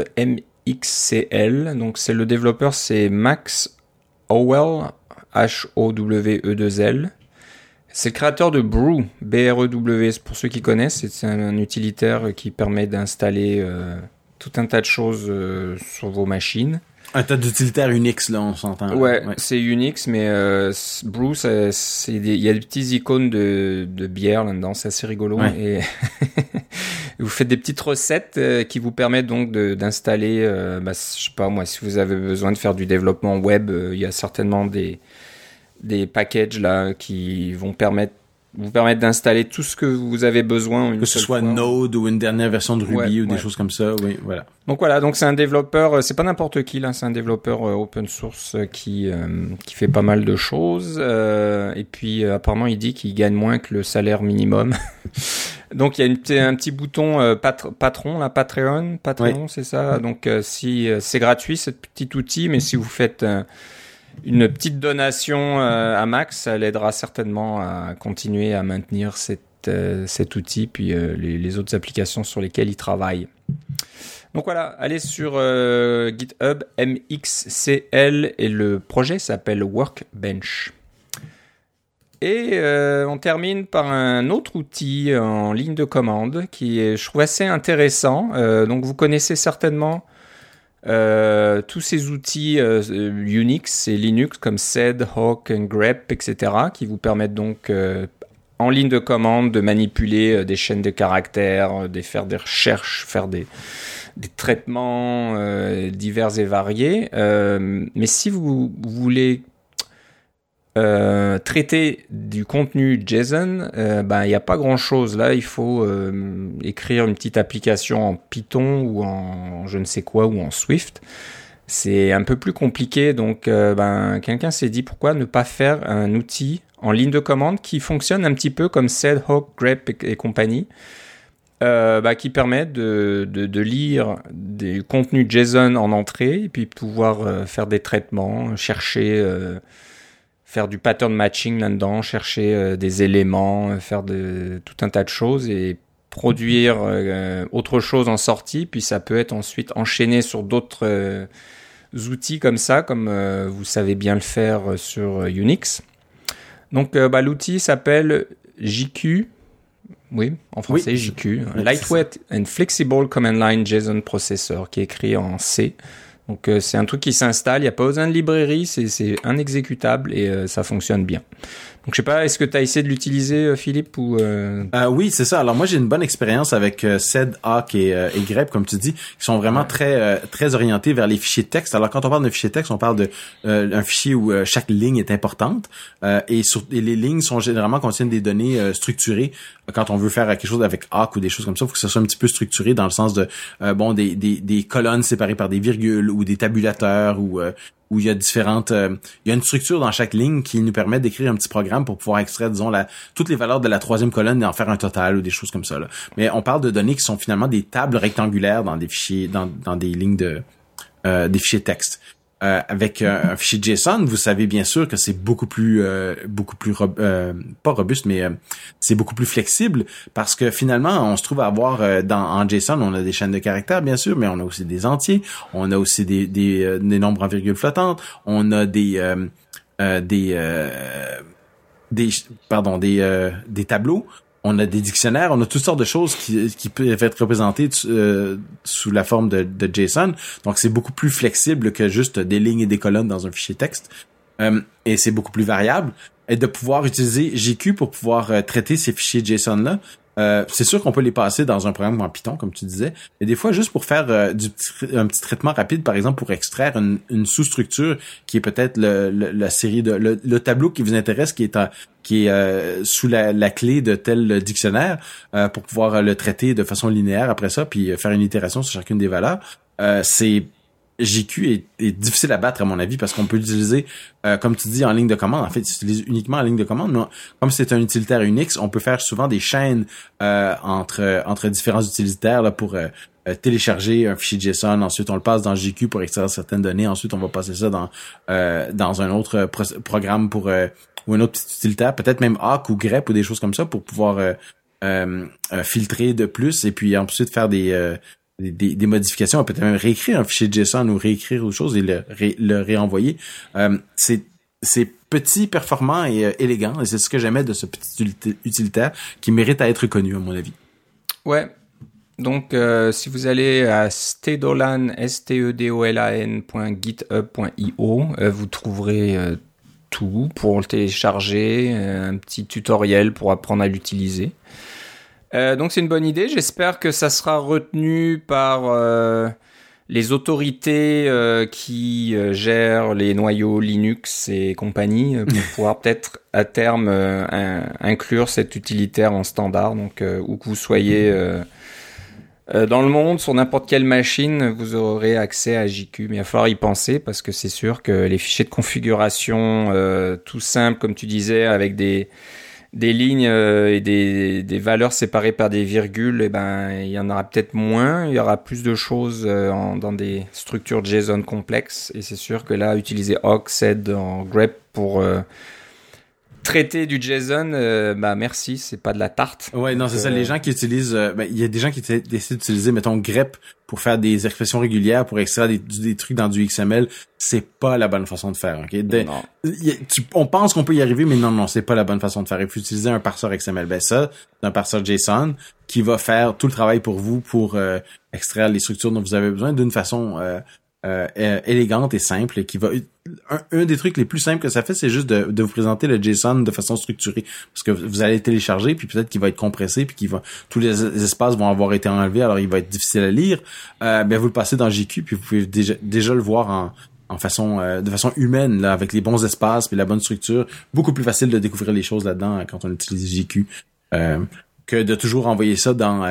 MXCL, donc c'est le développeur, c'est Max Howell, H-O-W-E-2-L. C'est le créateur de Brew, B-R-E-W, pour ceux qui connaissent, c'est un utilitaire qui permet d'installer tout un tas de choses sur vos machines. Un tas d'utilitaires Unix, là, on s'entend. Ouais, c'est Unix, mais Brew, il y a des petits icônes de bière là-dedans, c'est assez rigolo. Ouais. Et vous faites des petites recettes qui vous permettent donc d'installer, je sais pas moi, si vous avez besoin de faire du développement web, il y a certainement des packages là qui vont vous permettre d'installer tout ce que vous avez besoin. Que ce soit Node ou une dernière version de Ruby ou des choses comme ça, oui, voilà. Donc voilà, donc c'est un développeur, c'est pas n'importe qui là, c'est un développeur open source qui fait pas mal de choses. Et puis apparemment il dit qu'il gagne moins que le salaire minimum. Donc il y a un petit bouton patron, là, Patreon, c'est ça. Donc si c'est gratuit, ce petit outil, mais si vous faites une petite donation à Max, ça l'aidera certainement à continuer à maintenir cet outil, puis les autres applications sur lesquelles il travaille. Donc voilà, allez sur GitHub MXCL et le projet s'appelle Workbench. Et on termine par un autre outil en ligne de commande qui est, je trouve, assez intéressant. Donc vous connaissez certainement tous ces outils Unix et Linux comme sed, awk, grep, etc. qui vous permettent donc en ligne de commande de manipuler des chaînes de caractères, de faire des recherches, faire des traitements divers et variés. Mais si vous voulez traiter du contenu JSON, il n'y a pas grand chose là. Il faut écrire une petite application en Python ou en je ne sais quoi ou en Swift. C'est un peu plus compliqué, donc quelqu'un s'est dit pourquoi ne pas faire un outil en ligne de commande qui fonctionne un petit peu comme sed, awk, grep et compagnie, qui permet de lire des contenus JSON en entrée et puis pouvoir faire des traitements, chercher faire du pattern matching là-dedans, chercher des éléments, faire tout un tas de choses et produire autre chose en sortie. Puis ça peut être ensuite enchaîné sur d'autres outils comme ça, comme vous savez bien le faire sur Unix. Donc l'outil s'appelle JQ. Oui, en français, oui. JQ. Lightweight and Flexible Command Line JSON Processor, qui est écrit en C. Donc c'est un truc qui s'installe, il n'y a pas besoin de librairie, c'est un exécutable et ça fonctionne bien. Donc je sais pas, est-ce que tu as essayé de l'utiliser, Philippe, ou Oui, c'est ça. Alors moi j'ai une bonne expérience avec sed, awk et grep, comme tu dis, qui sont vraiment très orientés vers les fichiers texte. Alors quand on parle de fichier texte, on parle de un fichier où chaque ligne est importante et les lignes sont généralement contiennent des données structurées. Quand on veut faire quelque chose avec awk ou des choses comme ça, il faut que ça soit un petit peu structuré dans le sens de des colonnes séparées par des virgules ou des tabulateurs où il y a il y a une structure dans chaque ligne qui nous permet d'écrire un petit programme pour pouvoir extraire, disons, toutes les valeurs de la troisième colonne et en faire un total ou des choses comme ça, là. Mais on parle de données qui sont finalement des tables rectangulaires dans des fichiers, dans des lignes des fichiers texte. Avec un fichier JSON, vous savez bien sûr que c'est beaucoup plus pas robuste, mais c'est beaucoup plus flexible parce que finalement, on se trouve à avoir en JSON, on a des chaînes de caractères bien sûr, mais on a aussi des entiers, on a aussi des nombres en virgule flottante, on a des tableaux. On a des dictionnaires, on a toutes sortes de choses qui peuvent être représentées sous la forme de JSON. Donc, c'est beaucoup plus flexible que juste des lignes et des colonnes dans un fichier texte. Et c'est beaucoup plus variable. Et de pouvoir utiliser JQ pour pouvoir traiter ces fichiers JSON-là, c'est sûr qu'on peut les passer dans un programme en Python, comme tu disais. Et des fois, juste pour faire un petit traitement rapide, par exemple, pour extraire une sous-structure qui est peut-être la série le tableau qui vous intéresse, qui est sous la clé de tel dictionnaire, pour pouvoir le traiter de façon linéaire après ça, puis faire une itération sur chacune des valeurs. C'est JQ est difficile à battre à mon avis parce qu'on peut l'utiliser comme tu dis en ligne de commande. En fait, il s'utilise uniquement en ligne de commande, mais comme c'est un utilitaire Unix, on peut faire souvent des chaînes entre différents utilitaires là, pour télécharger un fichier JSON, ensuite on le passe dans JQ pour extraire certaines données, ensuite on va passer ça dans un autre programme pour ou un autre petit utilitaire, peut-être même Awk ou grep ou des choses comme ça pour pouvoir filtrer de plus et puis ensuite faire des modifications, peut-être même réécrire un fichier JSON ou réécrire autre chose et le réenvoyer. C'est petit, performant et élégant, et c'est ce que j'aimais de ce petit utilitaire qui mérite à être connu, à mon avis. Ouais. Donc, si vous allez à stedolan.github.io, vous trouverez tout pour le télécharger, un petit tutoriel pour apprendre à l'utiliser. Donc c'est une bonne idée. J'espère que ça sera retenu par les autorités qui gèrent les noyaux Linux et compagnie pour pouvoir peut-être à terme inclure cet utilitaire en standard. Donc où que vous soyez dans le monde, sur n'importe quelle machine, vous aurez accès à JQ. Mais il va falloir y penser parce que c'est sûr que les fichiers de configuration tout simples, comme tu disais, avec des lignes et des valeurs séparées par des virgules, eh ben, il y en aura peut-être moins. Il y aura plus de choses dans des structures JSON complexes. Et c'est sûr que là, utiliser awk, sed en grep pour traiter du JSON, merci, c'est pas de la tarte. Ouais, non, c'est ça. Les gens qui utilisent, il y a des gens qui décident d'utiliser, mettons, grep pour faire des expressions régulières, pour extraire des trucs dans du XML. C'est pas la bonne façon de faire, ok? On pense qu'on peut y arriver, mais non, c'est pas la bonne façon de faire. Il faut utiliser un parseur XML. Ben ça, c'est un parseur JSON qui va faire tout le travail pour vous pour extraire les structures dont vous avez besoin d'une façon élégante et simple, et qui va un des trucs les plus simples que ça fait, c'est juste de vous présenter le JSON de façon structurée, parce que vous allez le télécharger, puis peut-être qu'il va être compressé, puis tous les espaces vont avoir été enlevés, alors il va être difficile à lire. Vous le passez dans JQ, puis vous pouvez déjà le voir de façon humaine, là, avec les bons espaces puis la bonne structure. Beaucoup plus facile de découvrir les choses là-dedans quand on utilise JQ que de toujours envoyer ça dans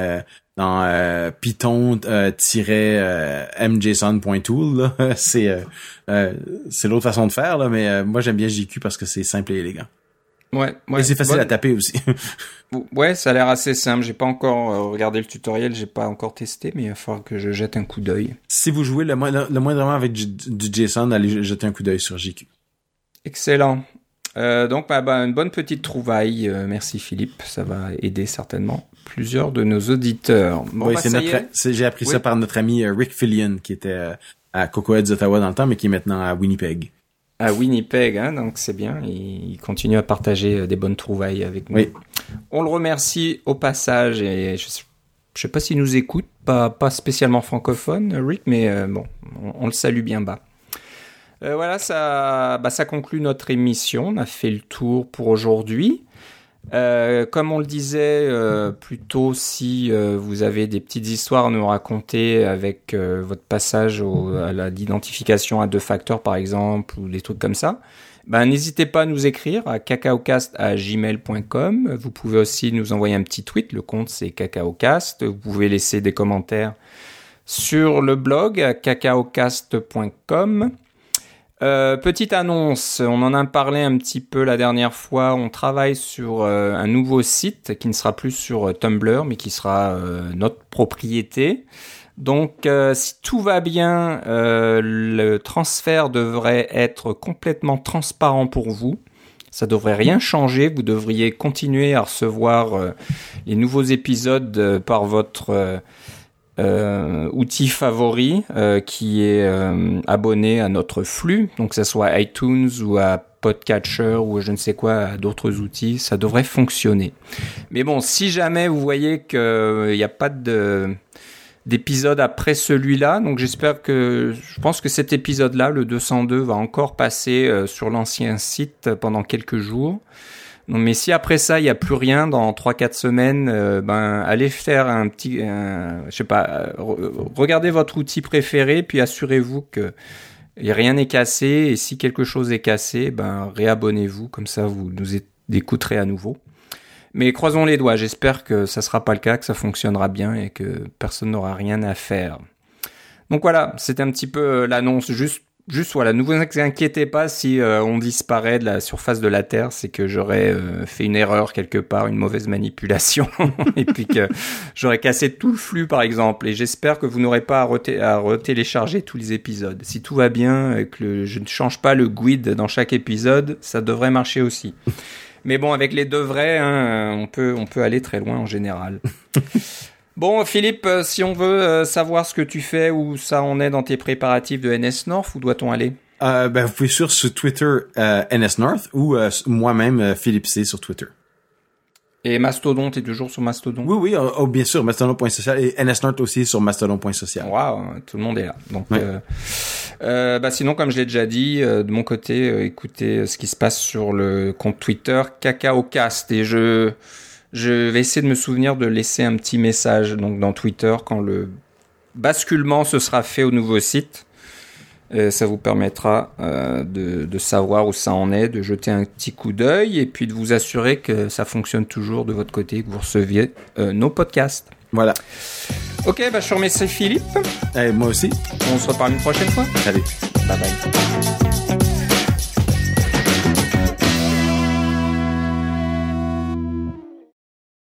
Python-mjson.tool, là. C'est l'autre façon de faire, là, mais moi j'aime bien JQ parce que c'est simple et élégant. Ouais. Et c'est facile à taper aussi. Ouais, ça a l'air assez simple. J'ai pas encore regardé le tutoriel, j'ai pas encore testé, mais il va falloir que je jette un coup d'œil. Si vous jouez le moindrement avec du JSON, allez jeter un coup d'œil sur JQ. Excellent. Donc, une bonne petite trouvaille. Merci Philippe, ça va aider certainement plusieurs de nos auditeurs. Bon, oui, j'ai appris ça par notre ami Rick Fillion, qui était à Cocoheads Ottawa dans le temps, mais qui est maintenant à Winnipeg. À Winnipeg, hein, donc c'est bien. Il continue à partager des bonnes trouvailles avec nous. Oui. On le remercie au passage, et je sais pas s'il nous écoute, pas spécialement francophone, Rick, mais on le salue bien bas. Voilà, ça conclut notre émission. On a fait le tour pour aujourd'hui. Comme on le disait plus tôt, si vous avez des petites histoires à nous raconter avec votre passage à l'identification à 2 facteurs par exemple, ou des trucs comme ça, n'hésitez pas à nous écrire à cacaocast@gmail.com. Vous pouvez aussi nous envoyer un petit tweet, le compte c'est cacaocast. Vous pouvez laisser des commentaires sur le blog à cacaocast.com. Petite annonce, on en a parlé un petit peu la dernière fois, on travaille sur un nouveau site qui ne sera plus sur Tumblr mais qui sera notre propriété. Donc si tout va bien, le transfert devrait être complètement transparent pour vous. Ça devrait rien changer, vous devriez continuer à recevoir les nouveaux épisodes par votre outil favori qui est abonné à notre flux, donc que ce soit iTunes ou à Podcatcher ou je ne sais quoi, à d'autres outils, ça devrait fonctionner. Mais bon, si jamais vous voyez qu'il n'y a pas d'épisode après celui-là, donc je pense que cet épisode-là, le 202, va encore passer sur l'ancien site pendant quelques jours. Non, mais si après ça, il n'y a plus rien dans 3-4 semaines, allez faire regardez votre outil préféré, puis assurez-vous que rien n'est cassé, et si quelque chose est cassé, réabonnez-vous, comme ça vous nous écouterez à nouveau. Mais croisons les doigts, j'espère que ça sera pas le cas, que ça fonctionnera bien et que personne n'aura rien à faire. Donc voilà, c'était un petit peu l'annonce. Juste voilà, ne vous inquiétez pas si on disparaît de la surface de la Terre, c'est que j'aurais fait une erreur quelque part, une mauvaise manipulation, et puis que j'aurais cassé tout le flux par exemple. Et j'espère que vous n'aurez pas à retélécharger tous les épisodes. Si tout va bien et que je ne change pas le guide dans chaque épisode, ça devrait marcher aussi. Mais bon, avec les 2 vrais, hein, on peut aller très loin en général. Bon, Philippe, si on veut savoir ce que tu fais, où ça en est dans tes préparatifs de NS North, où doit-on aller? Vous pouvez sur Twitter NS North ou moi-même Philippe C sur Twitter. Et Mastodon, t'es toujours sur Mastodon? Oui, bien sûr, mastodon.social et NS North aussi sur mastodon.social. Waouh, tout le monde est là. Donc, ouais. Sinon, comme je l'ai déjà dit, de mon côté, écoutez ce qui se passe sur le compte Twitter CacaoCast, et je vais essayer de me souvenir de laisser un petit message donc dans Twitter quand le basculement se sera fait au nouveau site. Ça vous permettra de savoir où ça en est, de jeter un petit coup d'œil et puis de vous assurer que ça fonctionne toujours de votre côté, que vous receviez nos podcasts. Voilà. Ok, je te remercie Philippe. Moi aussi. On se reparle une prochaine fois. Allez. Bye bye.